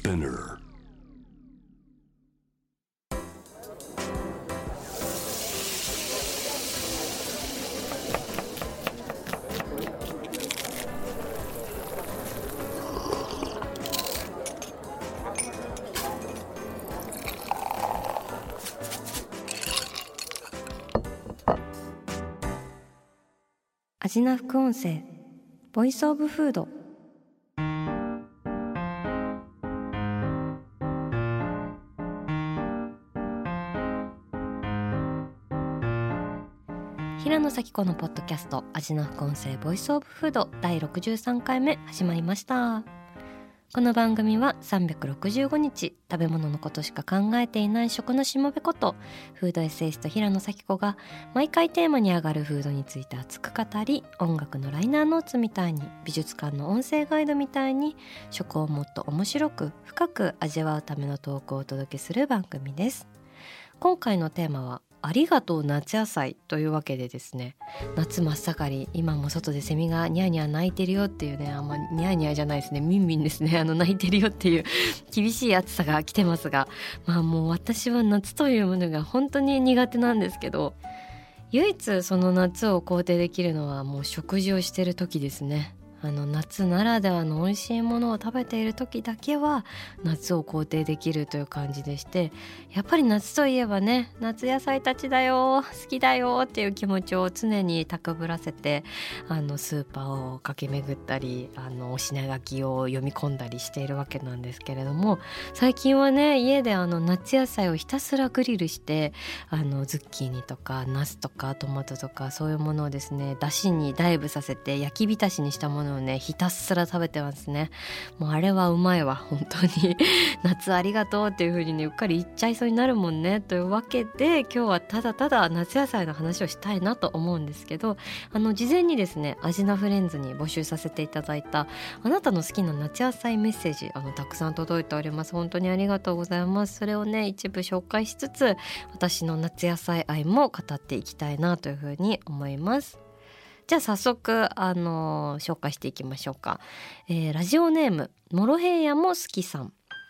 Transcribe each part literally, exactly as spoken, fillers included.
Spinner。 アジナ副音声ボイスオブフード。平野咲子のポッドキャストアジナ副音声ボイスオブフードだいろくじゅうさんかいめ始まりました。この番組はさんびゃくろくじゅうごにち食べ物のことしか考えていない食のしもべことフードエッセイスト平野咲子が毎回テーマに上がるフードについて熱く語り、音楽のライナーノーツみたいに美術館の音声ガイドみたいに食をもっと面白く深く味わうためのトークをお届けする番組です。今回のテーマはありがとう夏野菜というわけでですね、夏真っ盛り、今も外でセミがニャーニャー鳴いてるよっていうね、あんまニャーニャーじゃないですね、ミンミンですね、あの鳴いてるよっていう厳しい暑さが来てますが、まあもう私は夏というものが本当に苦手なんですけど、唯一その夏を肯定できるのはもう食事をしてる時ですね。あの夏ならではの美味しいものを食べている時だけは夏を肯定できるという感じでして、やっぱり夏といえばね、夏野菜たちだよ、好きだよっていう気持ちを常に高ぶらせて、あのスーパーを駆け巡ったり、あのお品書きを読み込んだりしているわけなんですけれども、最近はね、家であの夏野菜をひたすらグリルして、あのズッキーニとかナスとかトマトとかそういうものをですね、だしにダイブさせて焼き浸しにしたものをね、ひたすら食べてますね。もうあれはうまいわ本当に夏ありがとうっていう風にね、うっかり言っちゃいそうになるもんね。というわけで今日はただただ夏野菜の話をしたいなと思うんですけど、あの事前にですね、アジナフレンズに募集させていただいたあなたの好きな夏野菜メッセージ、あのたくさん届いております。本当にありがとうございます。それをね、一部紹介しつつ、私の夏野菜愛も語っていきたいなという風に思います。じゃあ早速、あのー、紹介していきましょうか。えー、ラジオネームモロヘイヤも好きさん。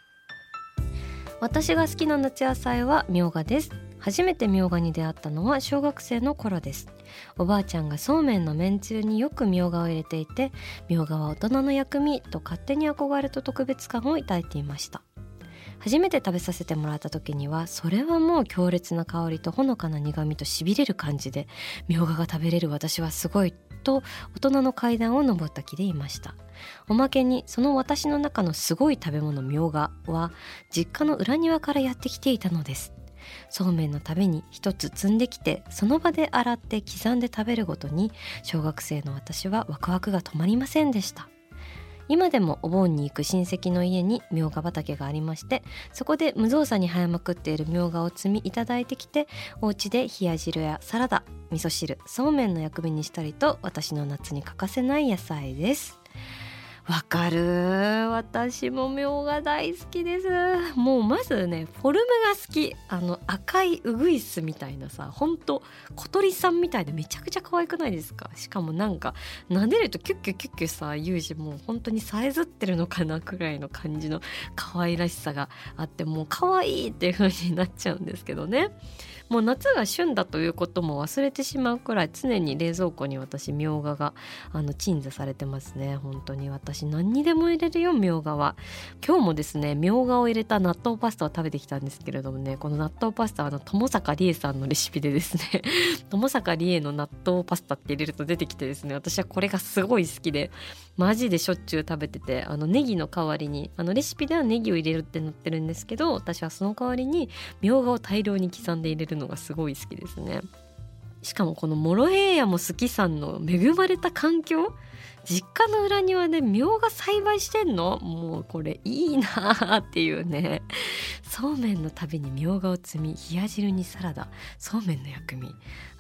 私が好きな夏野菜はみょうがです。初めてみょうがに出会ったのは小学生の頃です。おばあちゃんがそうめんのめんつゆによくみょうがを入れていて、みょうがは大人の薬味と勝手に憧れと特別感を抱いていました。初めて食べさせてもらった時には、それはもう強烈な香りとほのかな苦みとしびれる感じで、みょうがが食べれる私はすごいと大人の階段を登った気でいました。おまけにその私の中のすごい食べ物みょうがは実家の裏庭からやってきていたのです。そうめんのたびに一つ積んできて、その場で洗って刻んで食べるごとに小学生の私はワクワクが止まりませんでした。今でもお盆に行く親戚の家にみょうが畑がありまして、そこで無造作に生えまくっているみょうがを摘みいただいてきて、お家で冷や汁やサラダ、味噌汁、そうめんの薬味にしたりと、私の夏に欠かせない野菜です。わかる、私もみょうが大好きです。もうまずね、フォルムが好き。あの赤いウグイスみたいなさ、ほんと小鳥さんみたいでめちゃくちゃ可愛くないですか。しかもなんか撫でるとキュッキュッキュッキュさ言うし、もう本当にさえずってるのかなくらいの感じの可愛らしさがあって、もう可愛いっていう風になっちゃうんですけどね。もう夏が旬だということも忘れてしまうくらい、常に冷蔵庫に私みょうががあの鎮座されてますね。本当に私何にでも入れるよ、みょうがは。今日もですね、みょうがを入れた納豆パスタを食べてきたんですけれどもね、この納豆パスタはあの友坂理恵さんのレシピでですね友坂理恵の納豆パスタって入れると出てきてですね、私はこれがすごい好きでマジでしょっちゅう食べてて、あのネギの代わりに、あのレシピではネギを入れるってなってるんですけど、私はその代わりにみょうがを大量に刻んで入れるのがすごい好きですね。しかもこのモロヘイヤも好きさんの恵まれた環境、実家の裏庭でみょうが栽培してんの、もうこれいいなっていうね。そうめんのたびにみょうがを摘み、冷や汁にサラダ、そうめんの薬味、は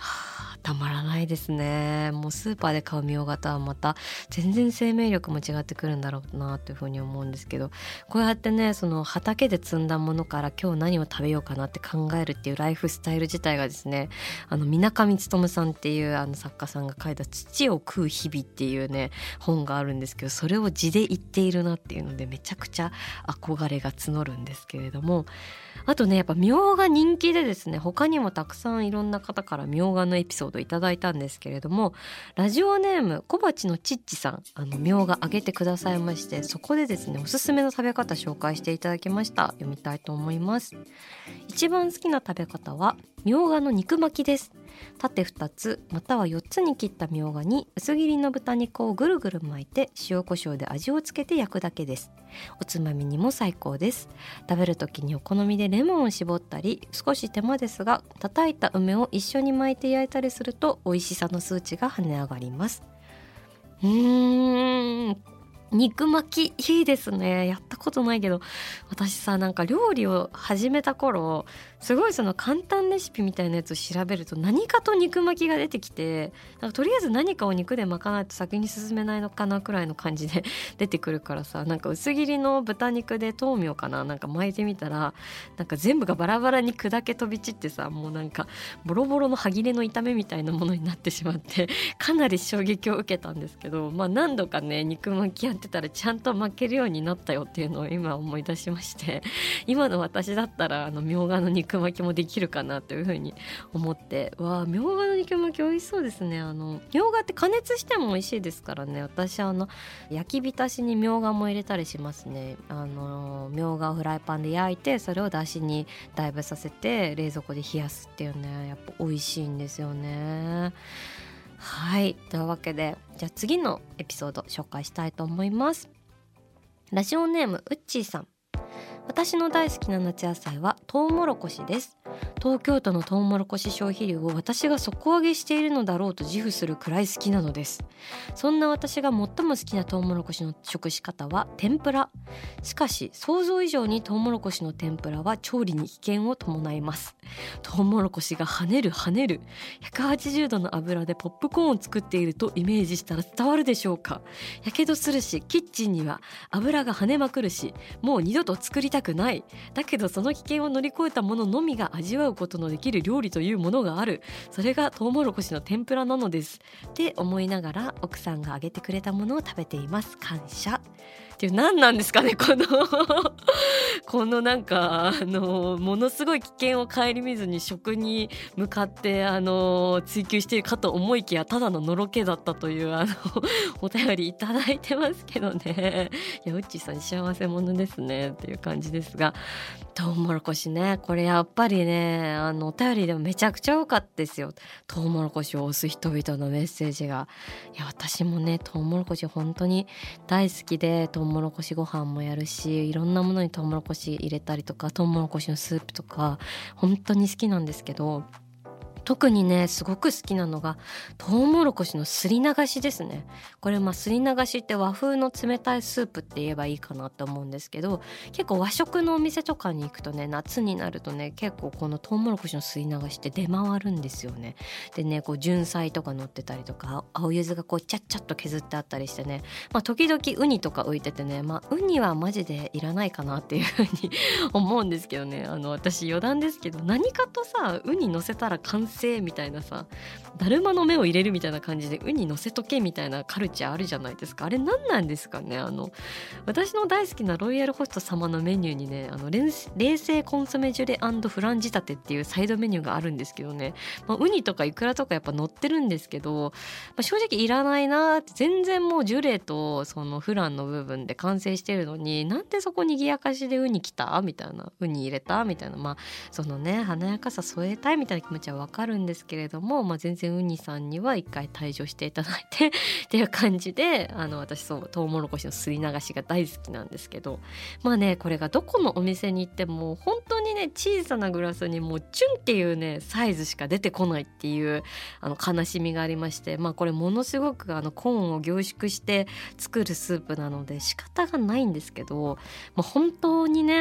ーたまらないですね。もうスーパーで買うみょうがとはまた全然生命力も違ってくるんだろうなというふうに思うんですけど、こうやってねその畑で摘んだものから今日何を食べようかなって考えるっていうライフスタイル自体がですね、あの水上勉さんっていうあの作家さんが書いた土を食う日々っていうね本があるんですけど、それを字で言っているなっていうのでめちゃくちゃ憧れが募るんですけれども、あとねやっぱみょうが人気でですね、他にもたくさんいろんな方からみょうがのエピソードいただいたんですけれども、ラジオネーム小鉢のちっちさん、あのみょうがあげてくださいまして、そこでですねおすすめの食べ方紹介していただきました。読みたいと思います。一番好きな食べ方はみょうがの肉巻きです。縦ふたつまたはよっつに切ったみょうがに薄切りの豚肉をぐるぐる巻いて塩コショウで味をつけて焼くだけです。おつまみにも最高です。食べるときにお好みでレモンを絞ったり、少し手間ですが叩いた梅を一緒に巻いて焼いたりすると美味しさの数値が跳ね上がります。うーん肉巻きいいですね。やったことないけど、私さなんか料理を始めた頃すごいその簡単レシピみたいなやつを調べると何かと肉巻きが出てきて、なんかとりあえず何かを肉で巻かないと先に進めないのかなくらいの感じで出てくるからさ、なんか薄切りの豚肉で豆苗かななんか巻いてみたら、なんか全部がバラバラに砕け飛び散ってさ、もうなんかボロボロの歯切れの炒めみたいなものになってしまってかなり衝撃を受けたんですけど、まあ何度かね肉巻きやってたらちゃんと巻けるようになったよっていうのを今思い出しまして、今の私だったらあのみょうがの肉巻きもできるかなというふうに思って、わあみょうがの肉巻き美味しそうですね。あのみょうがって加熱しても美味しいですからね。私あの焼き浸しにみょうがも入れたりしますね。あのみょうがをフライパンで焼いてそれをだしにダイブさせて冷蔵庫で冷やすっていうね、やっぱ美味しいんですよね。はい、というわけでじゃあ次のエピソード紹介したいと思います。ラジオネームうっちーさん、私の大好きな夏野菜はトウモロコシです。東京都のトウモロコシ消費量を私が底上げしているのだろうと自負するくらい好きなのです。そんな私が最も好きなトウモロコシの食し方は天ぷら。しかし想像以上にトウモロコシの天ぷらは調理に危険を伴います。トウモロコシが跳ねる跳ねるひゃくはちじゅうどの油でポップコーンを作っているとイメージしたら伝わるでしょうか。やけどするし、キッチンには油が跳ねまくるし、もう二度と作りたくない。だけどその危険を乗り越えたもののみが味わうことのできる料理というものがある。それがトウモロコシの天ぷらなのですって思いながら奥さんがあげてくれたものを食べています。感謝っていう、何なんですかねこのこのなんかあのものすごい危険を顧みずに食に向かってあの追求しているかと思いきや、ただののろけだったというあのお便りいただいてますけどね。いやうっちーさん幸せ者ですねっていう感じですが、トウモロコシね、これやっぱりねあのお便りでもめちゃくちゃ多かったですよ。トウモロコシを推す人々のメッセージが。いや私もねトウモロコシ本当に大好きで、トウモロコシご飯もやるし、いろんなものにトウモロコシ入れたりとか、トウモロコシのスープとか本当に好きなんですけど、特にねすごく好きなのがトウモロコシのすり流しですね。これまあすり流しって和風の冷たいスープって言えばいいかなと思うんですけど、結構和食のお店とかに行くとね、夏になるとね結構このトウモロコシのすり流しって出回るんですよね。でねこう純菜とか乗ってたりとか、青柚子がこうチャッチャッと削ってあったりしてね、まあ時々ウニとか浮いててね、まあウニはマジでいらないかなっていうふうに思うんですけどね。あの私余談ですけど、何かとさウニ乗せたら完成みたいなさ、だるまの目を入れるみたいな感じでウニ乗せとけみたいなカルチャーあるじゃないですか。あれ何なんですかね。あの私の大好きなロイヤルホスト様のメニューにね、あの冷製コンソメジュレ&フランジタテっていうサイドメニューがあるんですけどね、まあ、ウニとかイクラとかやっぱ乗ってるんですけど、まあ、正直いらないなって、全然もうジュレとそのフランの部分で完成してるのに、なんでそこにぎやかしでウニ来たみたいな、ウニ入れたみたいな、まあそのね華やかさ添えたいみたいな気持ちはわかるんですけれども、まあ、全然ウニさんには一回退場していただいてっていう感じで、あの私そうトウモロコシのすり流しが大好きなんですけど、まあねこれがどこのお店に行っても本当にね小さなグラスにもうチュンっていうねサイズしか出てこないっていうあの悲しみがありまして、まあこれものすごくあのコーンを凝縮して作るスープなので仕方がないんですけど、まあ、本当にね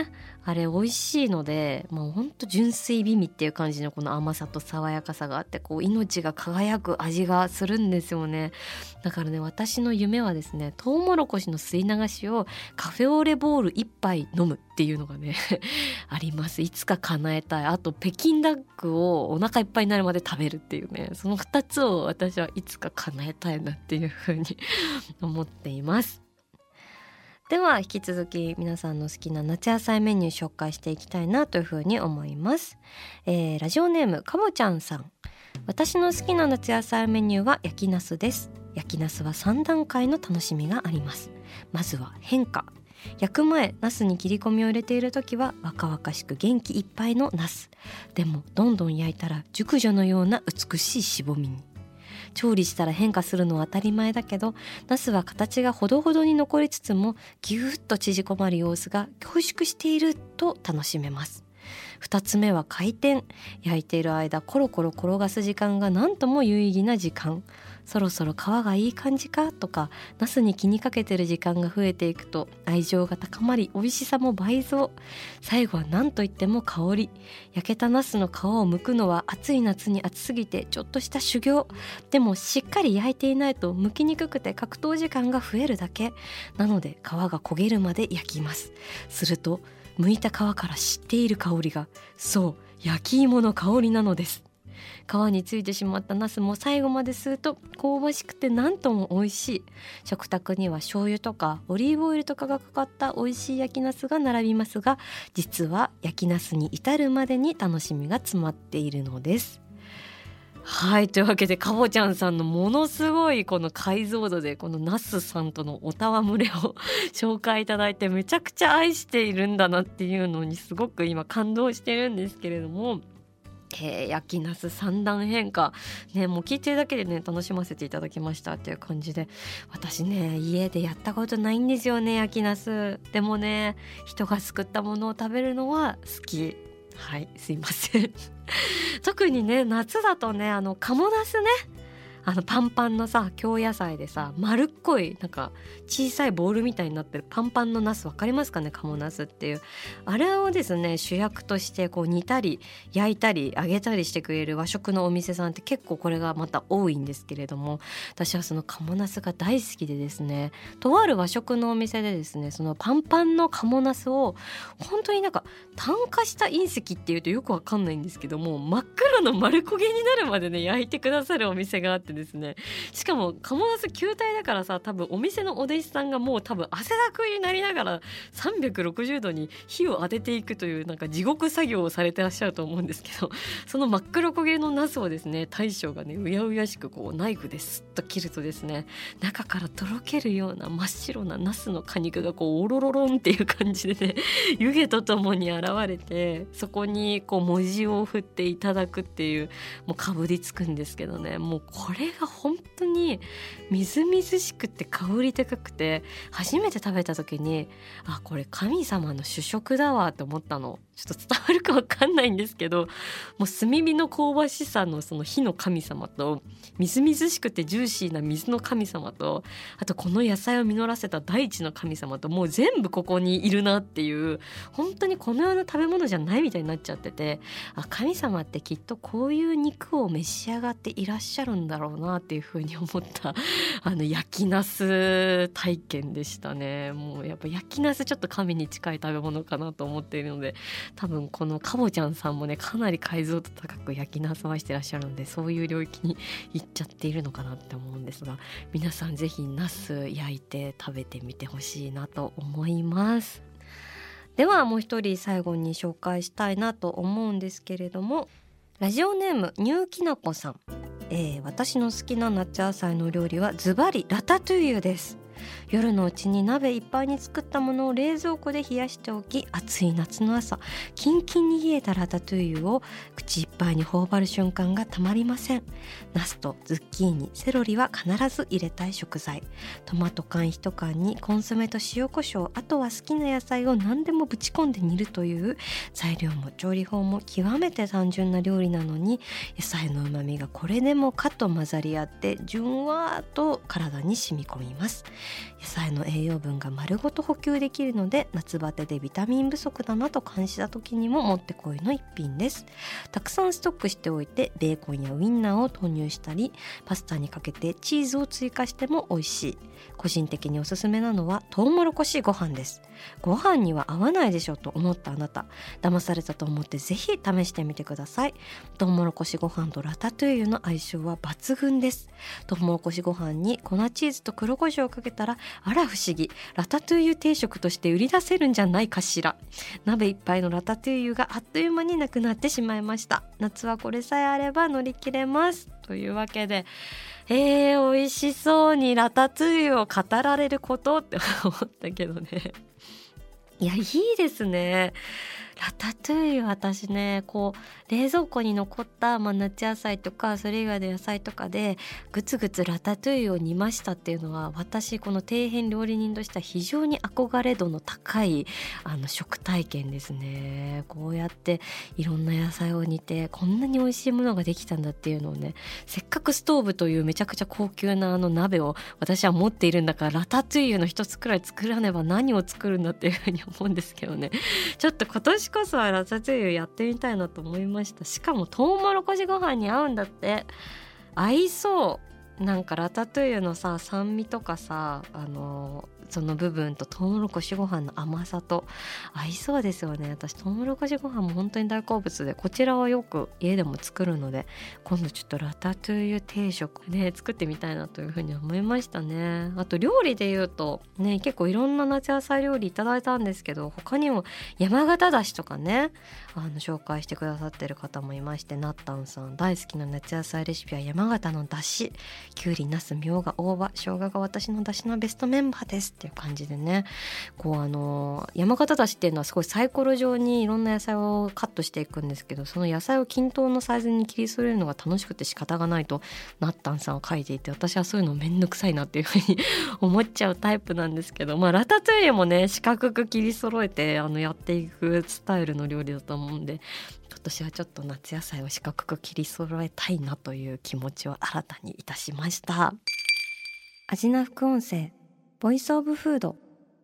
あれ美味しいので、もうほんと純粋美味っていう感じのこの甘さと爽やかさがあって、こう命が輝く味がするんですよね。だからね、私の夢はですね、トウモロコシの吸い流しをカフェオレボールいっぱい飲むっていうのがねあります。いつか叶えたい。あと北京ダックをお腹いっぱいになるまで食べるっていうね、そのふたつを私はいつか叶えたいなっていうふうに思っています。では引き続き皆さんの好きな夏野菜メニュー紹介していきたいなというふうに思います。えー、ラジオネームかぼちゃんさん。私の好きな夏野菜メニューは焼きナスです。焼きナスはさん段階の楽しみがあります。まずは変化。焼く前、ナスに切り込みを入れている時は若々しく元気いっぱいのナス。でもどんどん焼いたら熟女のような美しいしぼみに。調理したら変化するのは当たり前だけど、ナスは形がほどほどに残りつつもぎゅーっと縮こまる様子が凝縮していると楽しめます。二つ目は回転。焼いている間コロコロ転がす時間が何とも有意義な時間。そろそろ皮がいい感じかとか、ナスに気にかけてる時間が増えていくと愛情が高まり美味しさも倍増。最後は何といっても香り。焼けたナスの皮を剥くのは暑い夏に暑すぎてちょっとした修行。でもしっかり焼いていないと剥きにくくて格闘時間が増えるだけなので、皮が焦げるまで焼きます。すると剥いた皮から知っている香りが、そう焼き芋の香りなのです。皮についてしまったナスも最後まで吸うと香ばしくて何とも美味しい。食卓には醤油とかオリーブオイルとかがかかった美味しい焼きナスが並びますが、実は焼きナスに至るまでに楽しみが詰まっているのです。はい、というわけでかぼちゃんさんのものすごいこの解像度でこのナスさんとのお戯れを紹介いただいて、めちゃくちゃ愛しているんだなっていうのにすごく今感動してるんですけれども、えー、焼きナス三段変化ね、もう聞いてるだけでね楽しませていただきましたっていう感じで、私ね家でやったことないんですよね、焼きナス。でもね、人が作ったものを食べるのは好き。はい、すいません特にね夏だとね、あの鴨ナスね、あのパンパンのさ京野菜でさ、丸っこいなんか小さいボールみたいになってるパンパンのナス、わかりますかね、鴨ナスっていう。あれをですね主役としてこう煮たり焼いたり揚げたりしてくれる和食のお店さんって結構これがまた多いんですけれども、私はその鴨ナスが大好きでですね、とある和食のお店でですね、そのパンパンの鴨ナスを本当になんか炭化した隕石っていうとよくわかんないんですけども、真っ黒の丸焦げになるまでね焼いてくださるお店があってですね、しかも鴨ナス球体だからさ、多分お店のお弟子さんがもう多分汗だくになりながらさんびゃくろくじゅうどに火を当てていくというなんか地獄作業をされてらっしゃると思うんですけど、その真っ黒焦げのナスをですね、大将がねうやうやしくこうナイフでスッと切るとですね、中からとろけるような真っ白なナスの果肉がこうオロロロンっていう感じでね湯気とともに現れて、そこにこう文字を振っていただくっていう、もうかぶりつくんですけどね、もうこれが本当にみずみずしくて香り高くて、初めて食べた時にあ、これ神様の主食だわって思ったの。ちょっと伝わるかわかんないんですけど、もう炭火の香ばしさのその火の神様と、みずみずしくてジューシーな水の神様と、あとこの野菜を実らせた大地の神様と、もう全部ここにいるなっていう、本当にこの世の食べ物じゃないみたいになっちゃってて、あ、神様ってきっとこういう肉を召し上がっていらっしゃるんだろうなっていうふうに思ったあの焼きナス体験でしたね。もうやっぱ焼きナスちょっと神に近い食べ物かなと思っているので、多分このかぼちゃんさんもねかなり解像度高く焼きナスはしてらっしゃるので、そういう領域に行っちゃっているのかなって思うんですが、皆さんぜひナス焼いて食べてみてほしいなと思います。ではもう一人最後に紹介したいなと思うんですけれども、ラジオネームニューきなこさん、えー、私の好きな夏野菜の料理はズバリラタトゥイユです。夜のうちに鍋いっぱいに作ったものを冷蔵庫で冷やしておき、暑い夏の朝キンキンに冷えたラタトゥイユを口いっぱいに頬張る瞬間がたまりません。ナスとズッキーニ、セロリは必ず入れたい食材。トマト缶いち缶にコンソメと塩コショウ、あとは好きな野菜を何でもぶち込んで煮るという材料も調理法も極めて単純な料理なのに、野菜の旨味がこれでもかと混ざり合ってじゅんわーと体に染み込みます。 野菜の栄養分が丸ごと補給できるので、夏バテでビタミン不足だなと感じた時にももってこいの一品です。たくさんストックしておいてベーコンやウインナーを投入したり、パスタにかけてチーズを追加しても美味しい。個人的におすすめなのはトウモロコシご飯です。ご飯には合わないでしょと思ったあなた、騙されたと思ってぜひ試してみてください。トウモロコシご飯とラタトゥイユの相性は抜群です。トウモロコシご飯に粉チーズと黒胡椒をかけたら、あら不思議、ラタトゥイユ定食として売り出せるんじゃないかしら。鍋いっぱいのラタトゥイユがあっという間になくなってしまいました。夏はこれさえあれば乗り切れます。というわけで、えー、美味しそうにラタトゥイユを語られることって思ったけどね。いや、いいですね。ラタトゥイユ、私ね、こう冷蔵庫に残った、まあ、夏野菜とかそれ以外の野菜とかでグツグツラタトゥイユを煮ましたっていうのは、私この底辺料理人としては非常に憧れ度の高いあの食体験ですね。こうやっていろんな野菜を煮てこんなに美味しいものができたんだっていうのをね、せっかくストーブというめちゃくちゃ高級なあの鍋を私は持っているんだから、ラタトゥイユの一つくらい作らねば何を作るんだっていうふうに思うんですけどね。ちょっと今年こそはラタトゥイユやってみたいなと思いました。しかもトウモロコシご飯に合うんだって。合いそう。なんかラタトゥイユのさ、酸味とかさ、あのその部分とトウモロコシご飯の甘さと合いそうですよね。私トウモロコシご飯も本当に大好物で、こちらはよく家でも作るので、今度ちょっとラタトゥイユ定食ね作ってみたいなというふうに思いましたね。あと料理で言うとね、結構いろんな夏野菜料理いただいたんですけど、他にも山形だしとかね、あの紹介してくださってる方もいまして、なったんさん大好きな夏野菜レシピは山形のだし、きゅうり、なす、みょうが、大葉、生姜が私のだしのベストメンバーですっていう感じでね、こうあの山形だしっていうのはすごいサイコロ状にいろんな野菜をカットしていくんですけど、その野菜を均等のサイズに切り揃えるのが楽しくて仕方がないとなったんさんは書いていて、私はそういうのめんどくさいなっていうふうに思っちゃうタイプなんですけど、まあラタトゥイユもね四角く切り揃えてあのやっていくスタイルの料理だと思うんで、今年はちょっと夏野菜を四角く切り揃えたいなという気持ちを新たにいたしました。味な副音声ボイスオブフード。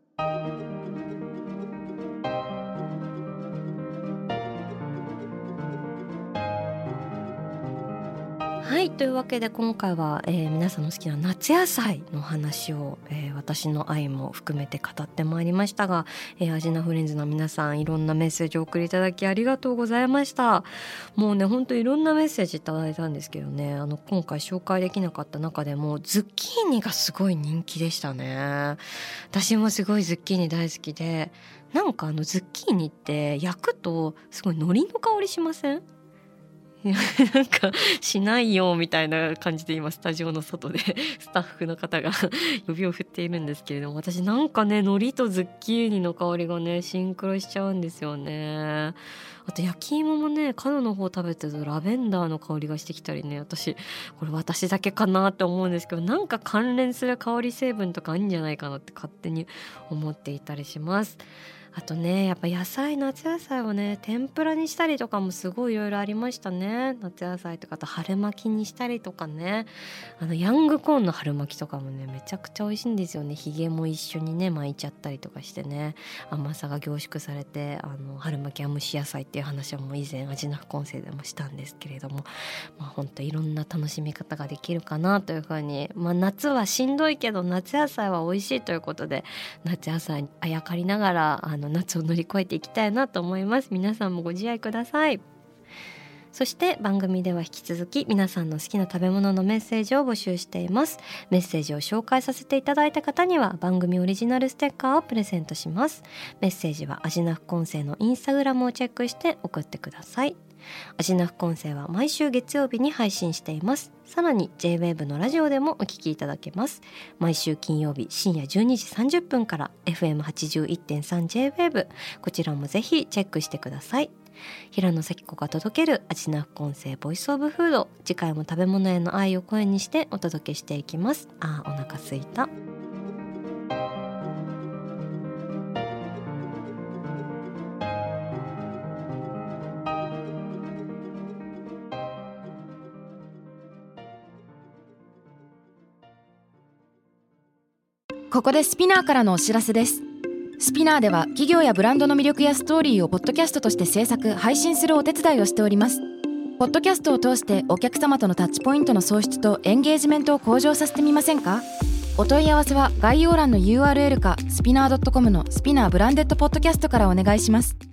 はい、というわけで今回は、えー、皆さんの好きな夏野菜の話を、えー、私の愛も含めて語ってまいりましたが、えー、アジナフレンズの皆さんいろんなメッセージをお送りいただきありがとうございました。もうねほんといろんなメッセージいただいたんですけどね、あの今回紹介できなかった中でもズッキーニがすごい人気でしたね。私もすごいズッキーニ大好きで、なんかあのズッキーニって焼くとすごい海苔の香りしません？いやなんかしないよみたいな感じで今スタジオの外でスタッフの方が呼びを振っているんですけれども、私なんかね海苔とズッキーニの香りがねシンクロしちゃうんですよね。あと焼き芋もね角の方食べてるとラベンダーの香りがしてきたりね、私これ私だけかなって思うんですけど、なんか関連する香り成分とかあるんじゃないかなって勝手に思っていたりします。あとねやっぱ野菜、夏野菜をね天ぷらにしたりとかもすごいいろいろありましたね。夏野菜とか、あと春巻きにしたりとかね、あのヤングコーンの春巻きとかもねめちゃくちゃ美味しいんですよね。ひげも一緒にね巻いちゃったりとかしてね、甘さが凝縮されて、あの春巻きは蒸し野菜っていう話はもう以前味な副音声でもしたんですけれども、まあ、ほんといろんな楽しみ方ができるかなというふうに、まあ、夏はしんどいけど夏野菜は美味しいということで、夏野菜にあやかりながらあの夏を乗り越えていきたいなと思います。皆さんもご自愛ください。そして番組では引き続き皆さんの好きな食べ物のメッセージを募集しています。メッセージを紹介させていただいた方には番組オリジナルステッカーをプレゼントします。メッセージは味な副音声のインスタグラムをチェックして送ってください。味な副音声は毎週月曜日に配信しています。さらに ジェイウェーブ のラジオでもお聞きいただけます。毎週金曜日深夜じゅうにじさんじゅっぷんから エフエムはちじゅういってんさん ジェイウェーブ、 こちらもぜひチェックしてください。平野咲子が届ける味な副音声ボイスオブフード、次回も食べ物への愛を声にしてお届けしていきます。あーお腹すいた。 ここでスピナーからのお知らせです。スピナーでは企業やブランドの魅力やストーリーをポッドキャストとして制作・配信するお手伝いをしております。ポッドキャストを通してお客様とのタッチポイントの創出とエンゲージメントを向上させてみませんか？お問い合わせは概要欄の ユーアールエル かスピナー ドットコム のスピナーブランデッドポッドキャストからお願いします。